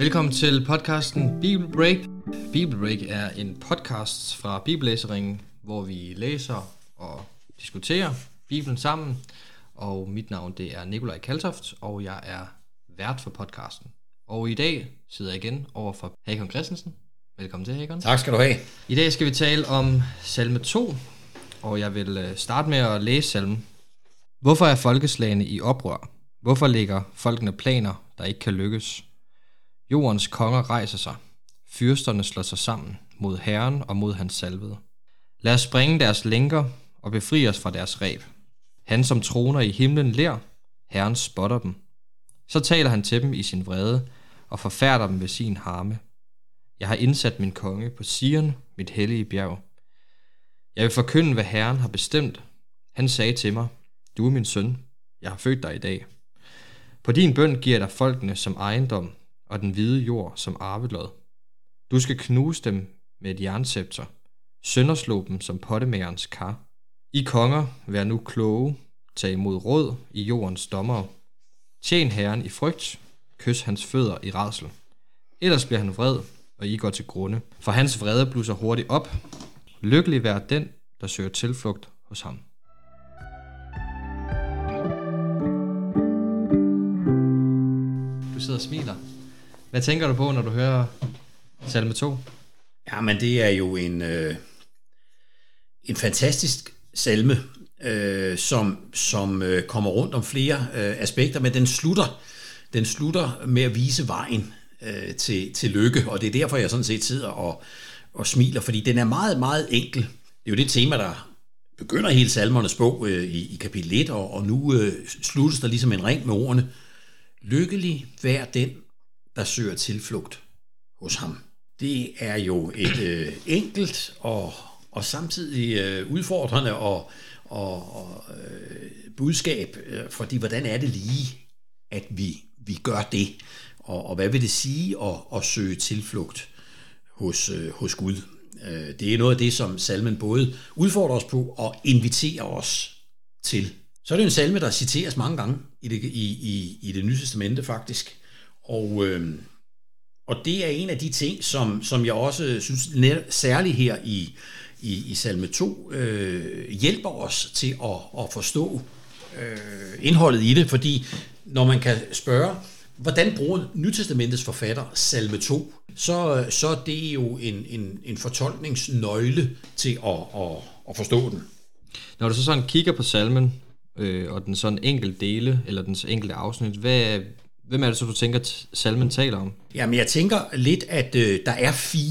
Velkommen til podcasten Bibelbreak. Bibelbreak er en podcast fra Bibellæseringen, hvor vi læser og diskuterer Bibelen sammen. Og mit navn det er Nikolaj Kaltoft, og jeg er vært for podcasten. Og i dag sidder jeg igen over for Hakon Christensen. Velkommen til, Hakon. Tak skal du have. I dag skal vi tale om salme 2, og jeg vil starte med at læse salmen. Hvorfor er folkeslagene i oprør? Hvorfor ligger folkene planer, der ikke kan lykkes? Jordens konger rejser sig. Fyrsterne slår sig sammen mod Herren og mod hans salvede. Lad os springe deres lænker og befri os fra deres reb. Han, som troner i himlen, ler. Herren spotter dem. Så taler han til dem i sin vrede og forfærder dem ved sin harme. Jeg har indsat min konge på Sion, mit hellige bjerg. Jeg vil forkynde, hvad Herren har bestemt. Han sagde til mig, du er min søn. Jeg har født dig i dag. På din bøn giver dig folkene som ejendom og den hvide jord som arvelod. Du skal knuse dem med et jernscepter, sønderslå dem som pottemagerens kar. I konger, vær nu kloge, tag imod råd i jordens dommere. Tjen Herren i frygt, kys hans fødder i rædsel. Ellers bliver han vred, og I går til grunde, for hans vrede blusser hurtigt op. Lykkelig vær den, der søger tilflugt hos ham. Du sidder og smiler. Hvad tænker du på, når du hører salme 2? Jamen, det er jo en fantastisk salme, som kommer rundt om flere aspekter, men den slutter med at vise vejen til lykke, og det er derfor, jeg sådan set sidder og smiler, fordi den er meget, meget enkel. Det er jo det tema, der begynder hele salmernes bog i kapitel 1, og nu sluttes der ligesom en ring med ordene. Lykkelig vær den, der søger tilflugt hos ham. Det er jo et enkelt og samtidig udfordrende og budskab, fordi hvordan er det lige, at vi gør det, og hvad vil det sige at søge tilflugt hos Gud? Det er noget af det, som salmen både udfordrer os på og inviterer os til. Så er det en salme, der citeres mange gange i det Nye Testamente faktisk, og det er en af de ting, som jeg også synes særligt her i salme 2 hjælper os til at forstå indholdet i det, fordi når man kan spørge, hvordan bruger Nytestamentets forfatter salme 2, så er det jo en fortolkningsnøgle til at forstå den. Når du så sådan kigger på salmen, og den sådan enkelte dele, eller dens enkelte afsnit, hvem er det så, du tænker, at salmen taler om? Jamen, jeg tænker lidt, at der er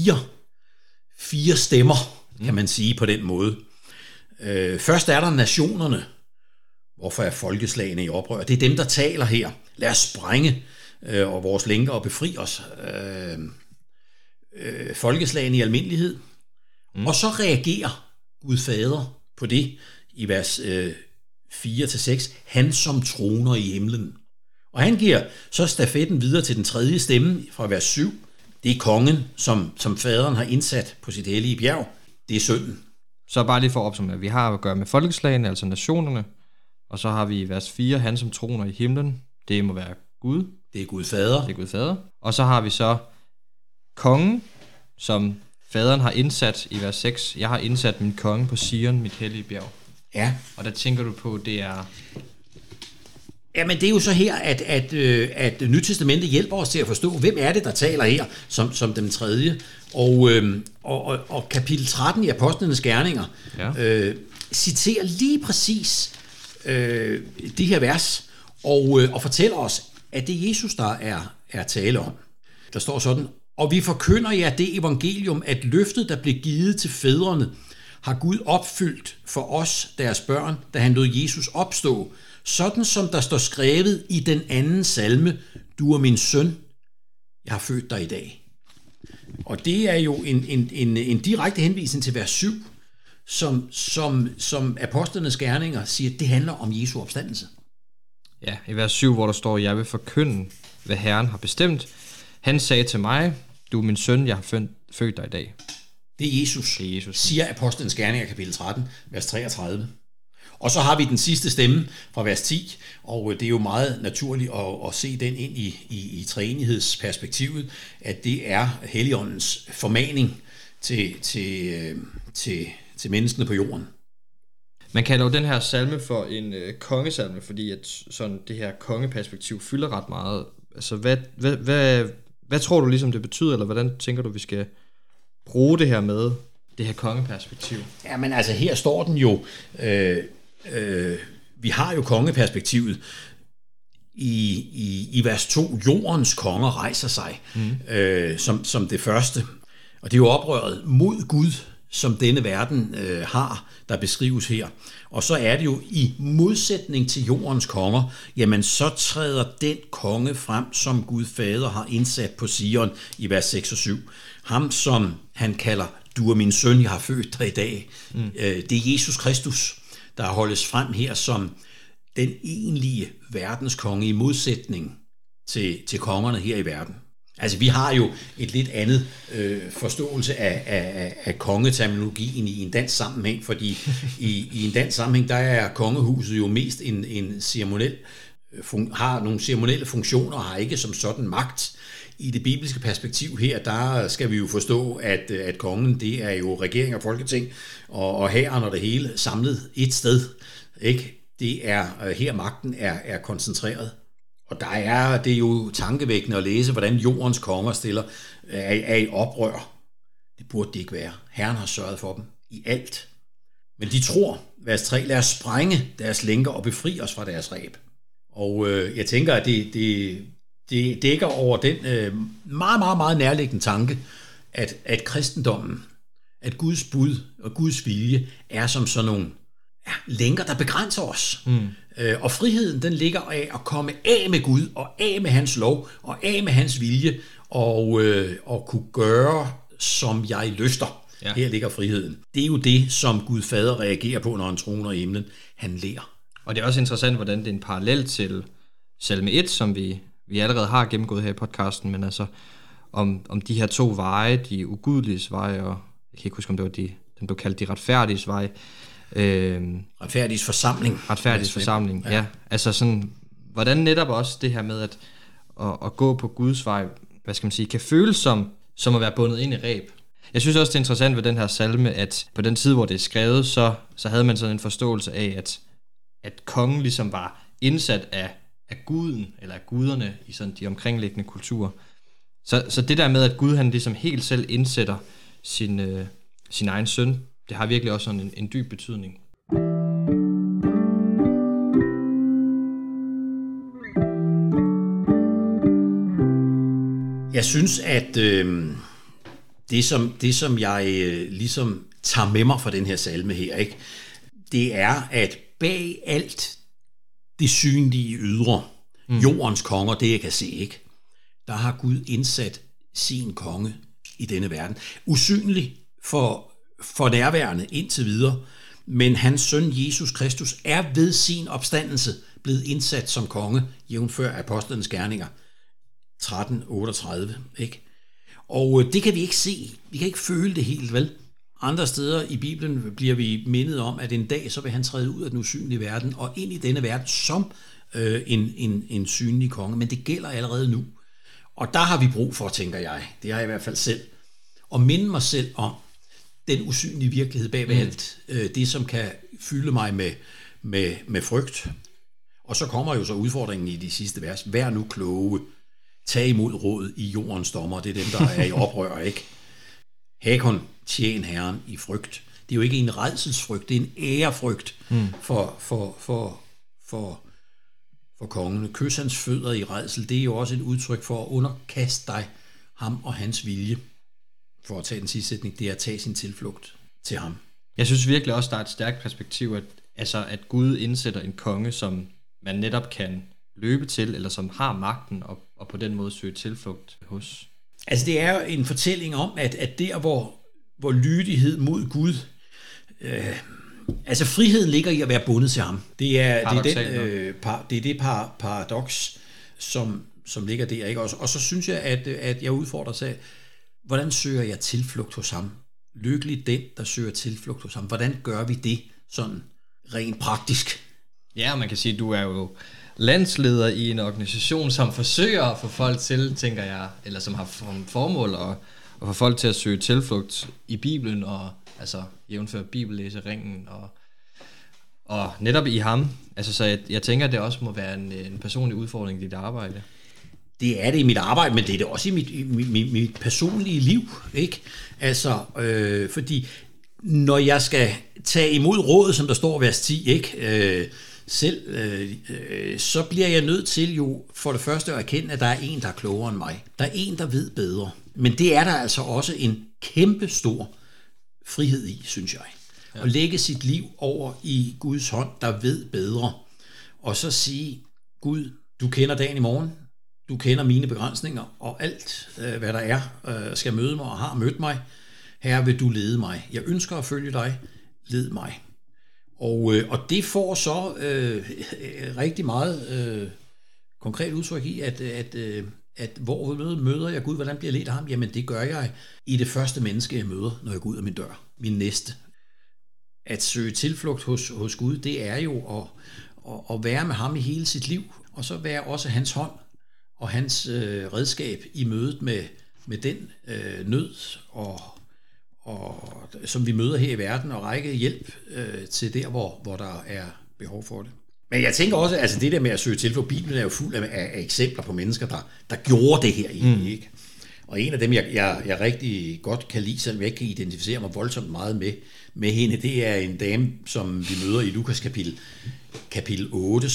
fire stemmer, kan man sige på den måde. Først er der nationerne. Hvorfor er folkeslagene i oprør? Det er dem, der taler her. Lad os sprænge og vores lænker og befri os. Folkeslagene i almindelighed. Og så reagerer Gud Fader på det i vers 4-6. Han, som troner i himlen. Og han giver så stafetten videre til den tredje stemme fra vers 7. Det er kongen, som faderen har indsat på sit hellige bjerg. Det er sønnen. Så bare lige for at opsummere. Vi har at gøre med folkeslagene, altså nationerne. Og så har vi i vers 4, han som troner i himlen. Det må være Gud. Det er Gud Fader. Det er Gud Fader. Og så har vi så kongen, som faderen har indsat i vers 6. Jeg har indsat min konge på Sion, mit hellige bjerg. Ja. Og der tænker du på, det er... Jamen, det er jo så her, at Nytestamentet hjælper os til at forstå, hvem er det, der taler her som den tredje. Og kapitel 13 i Apostlenes Gerninger citerer lige præcis det her vers, og fortæller os, at det er Jesus, der er tale om. Der står sådan, og vi forkynder jer det evangelium, at løftet, der blev givet til fædrene, har Gud opfyldt for os, deres børn, da han lod Jesus opstå, sådan som der står skrevet i den anden salme, du er min søn, jeg har født dig i dag. Og det er jo en direkte henvisning til vers 7, som Apostlenes Gerninger siger, det handler om Jesu opstandelse. Ja, i vers 7, hvor der står, jeg vil forkynde, hvad Herren har bestemt. Han sagde til mig, du er min søn, jeg har født dig i dag. Det er Jesus, siger Apostlenes Gerninger, kapitel 13, vers 33. Og så har vi den sidste stemme fra vers 10, og det er jo meget naturligt at se den ind i treenighedsperspektivet, at det er Helligåndens formaning til menneskene på jorden. Man kalder jo den her salme for en kongesalme, fordi at sådan det her kongeperspektiv fylder ret meget. Altså hvad tror du ligesom det betyder, eller hvordan tænker du vi skal bruge det her med det her kongeperspektiv? Jamen altså her står den jo, vi har jo kongeperspektivet i vers 2, jordens konger rejser sig som det første. Og det er jo oprøret mod Gud, som denne verden har, der beskrives her. Og så er det jo i modsætning til jordens konger, jamen så træder den konge frem, som Gud Fader har indsat på Sion i vers 6 og 7. Ham, som han kalder, du er min søn, jeg har født dig i dag. Det er Jesus Kristus, der holdes frem her som den egentlige verdenskonge i modsætning til kongerne her i verden. Altså vi har jo et lidt andet forståelse af kongeterminologien i en dansk sammenhæng, fordi i en dansk sammenhæng, der er kongehuset jo mest en ceremoniel, har nogle ceremonielle funktioner og har ikke som sådan magt. I det bibelske perspektiv her, der skal vi jo forstå, at kongen, det er jo regering og folketing, og hæren og det hele samlet et sted. Ikke? Det er her magten er koncentreret. Og der er det jo tankevækkende at læse, hvordan jordens konger er i oprør. Det burde det ikke være. Herren har sørget for dem i alt. Men de tror, vers 3, lad os sprænge deres lænker og befri os fra deres reb. Og jeg tænker, at det dækker over den meget, meget, meget nærliggende tanke, at kristendommen, at Guds bud og Guds vilje er som sådan nogle lænker, der begrænser os. Og friheden, den ligger af at komme af med Gud, og af med hans lov, og af med hans vilje, og kunne gøre, som jeg lyster. Ja. Her ligger friheden. Det er jo det, som Gud Fader reagerer på, når han troner i himlen. Han lærer. Og det er også interessant, hvordan det er en parallel til salme 1, som vi allerede har gennemgået her i podcasten, men altså om de her to veje, de ugudeliges veje, og jeg kan ikke huske, om det var den blev kaldt de retfærdiges veje. Retfærdiges forsamling. Retfærdiges forsamling, ja. Altså sådan, hvordan netop også det her med at gå på Guds vej, hvad skal man sige, kan føles som at være bundet ind i reb. Jeg synes også, det er interessant ved den her salme, at på den tid, hvor det er skrevet, så havde man sådan en forståelse af, at kongen ligesom var indsat af guden, eller af guderne i sådan de omkringliggende kulturer. Så det der med, at Gud han ligesom helt selv indsætter sin egen søn, det har virkelig også sådan en dyb betydning. Jeg synes, at det som jeg ligesom tager med mig fra den her salme her, ikke, det er, at bag alt det synlige ydre, jordens konger, det jeg kan se, ikke, der har Gud indsat sin konge i denne verden. Usynlig for nærværende indtil videre, men hans søn Jesus Kristus er ved sin opstandelse blevet indsat som konge, jævnfør apostlenes gerninger 13:38, ikke? Og det kan vi ikke se, vi kan ikke føle det helt, vel? Andre steder i Bibelen bliver vi mindet om, at en dag så vil han træde ud af den usynlige verden og ind i denne verden som en synlig konge, men det gælder allerede nu. Og der har vi brug for, tænker jeg, det har jeg i hvert fald selv, at minde mig selv om den usynlige virkelighed bag ved alt. Det, som kan fylde mig med frygt. Og så kommer jo så udfordringen i de sidste vers. Vær nu kloge. Tag imod råd i jordens dommer. Det er dem, der er i oprør, ikke? Hakon, tjen Herren i frygt. Det er jo ikke en rædselsfrygt, det er en ærefrygt for kongen. Kys hans fødder i rædsel, det er jo også et udtryk for at underkaste dig ham og hans vilje. For at tage den sidste sætning, det er at tage sin tilflugt til ham. Jeg synes virkelig også, der er et stærkt perspektiv, at Gud indsætter en konge, som man netop kan løbe til, eller som har magten, og på den måde søge tilflugt hos. Altså det er en fortælling om, at der hvor lydighed mod Gud, altså friheden ligger i at være bundet til ham. Det er det paradoks, som ligger der, ikke? Og så synes jeg, at jeg udfordrer sig, hvordan søger jeg tilflugt hos ham? Lykkelig den, der søger tilflugt hos ham. Hvordan gør vi det sådan rent praktisk. Ja, man kan sige, at du er jo landsleder i en organisation, som forsøger at få folk til, tænker jeg, eller som har formål at få folk til at søge tilflugt i Bibelen, og altså jævnfør bibellæseringen, og netop i ham. Altså, så jeg tænker, at det også må være en personlig udfordring i dit arbejde. Det er det i mit arbejde, men det er det også i mit personlige liv, ikke? Altså, fordi når jeg skal tage imod rådet, som der står vers 10, ikke? Så bliver jeg nødt til jo for det første at erkende, at der er en, der er klogere end mig. Der er en, der ved bedre. Men det er der altså også en kæmpe stor frihed i, synes jeg. Ja. At lægge sit liv over i Guds hånd, der ved bedre. Og så sige, Gud, du kender dagen i morgen. Du kender mine begrænsninger, og alt, hvad der er, skal møde mig og har mødt mig. Herre, vil du lede mig. Jeg ønsker at følge dig. Led mig. Og det får så rigtig meget konkret udtryk i, at hvor møder jeg Gud, hvordan bliver jeg ledt af ham? Jamen det gør jeg i det første menneske, jeg møder, når jeg går ud af min dør. Min næste. At søge tilflugt hos Gud, det er jo at være med ham i hele sit liv, og så være også hans hånd og hans redskab i mødet med den nød, og som vi møder her i verden, og række hjælp til der, hvor der er behov for det. Men jeg tænker også, altså det der med at søge tilflugt, Bibelen er jo fuld af eksempler på mennesker, der gjorde det her egentlig, ikke? Og en af dem, jeg rigtig godt kan lide, selvom jeg ikke kan identificere mig voldsomt meget med hende, det er en dame, som vi møder i Lukas kapitel 8,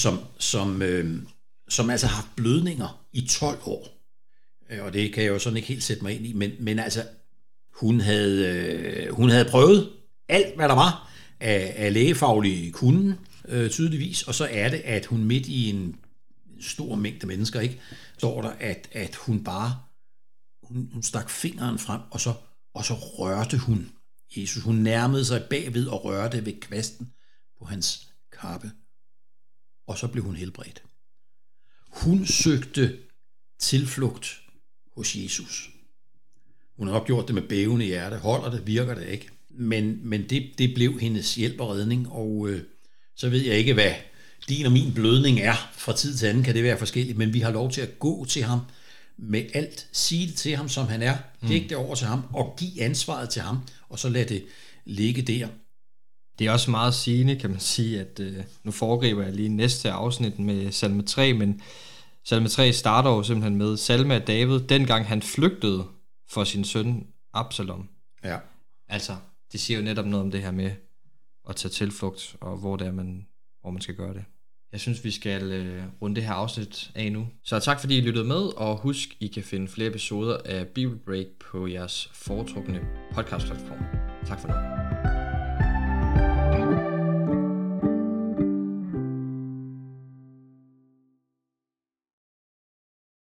som altså har haft blødninger i 12 år. Og det kan jeg jo sådan ikke helt sætte mig ind i, men altså, hun havde prøvet alt, hvad der var af lægefaglige kunden, tydeligvis, og så er det, at hun midt i en stor mængde mennesker, ikke, står der, at hun bare hun stak fingeren frem, og så rørte hun Jesus. Hun nærmede sig bagved og rørte ved kvasten på hans kappe, og så blev hun helbredt. Hun søgte tilflugt hos Jesus. Hun har opgjort det med bævende hjerte. Holder det, virker det ikke. Men det blev hendes hjælp og redning, og så ved jeg ikke, hvad din og min blødning er fra tid til anden, kan det være forskelligt, men vi har lov til at gå til ham med alt, sige det til ham, som han er, lægge det over til ham, og give ansvaret til ham, og så lade det ligge der. Det er også meget sigende, kan man sige, at nu foregriber jeg lige næste afsnit med salme 3, men salme 3 starter jo simpelthen med salme af David, dengang han flygtede for sin søn Absalom. Ja. Altså, det siger jo netop noget om det her med at tage tilflugt, og hvor man skal gøre det. Jeg synes, vi skal runde det her afsnit af nu. Så tak fordi I lyttede med, og husk, I kan finde flere episoder af Bible Break på jeres foretrukne podcastplatform. Tak for nu.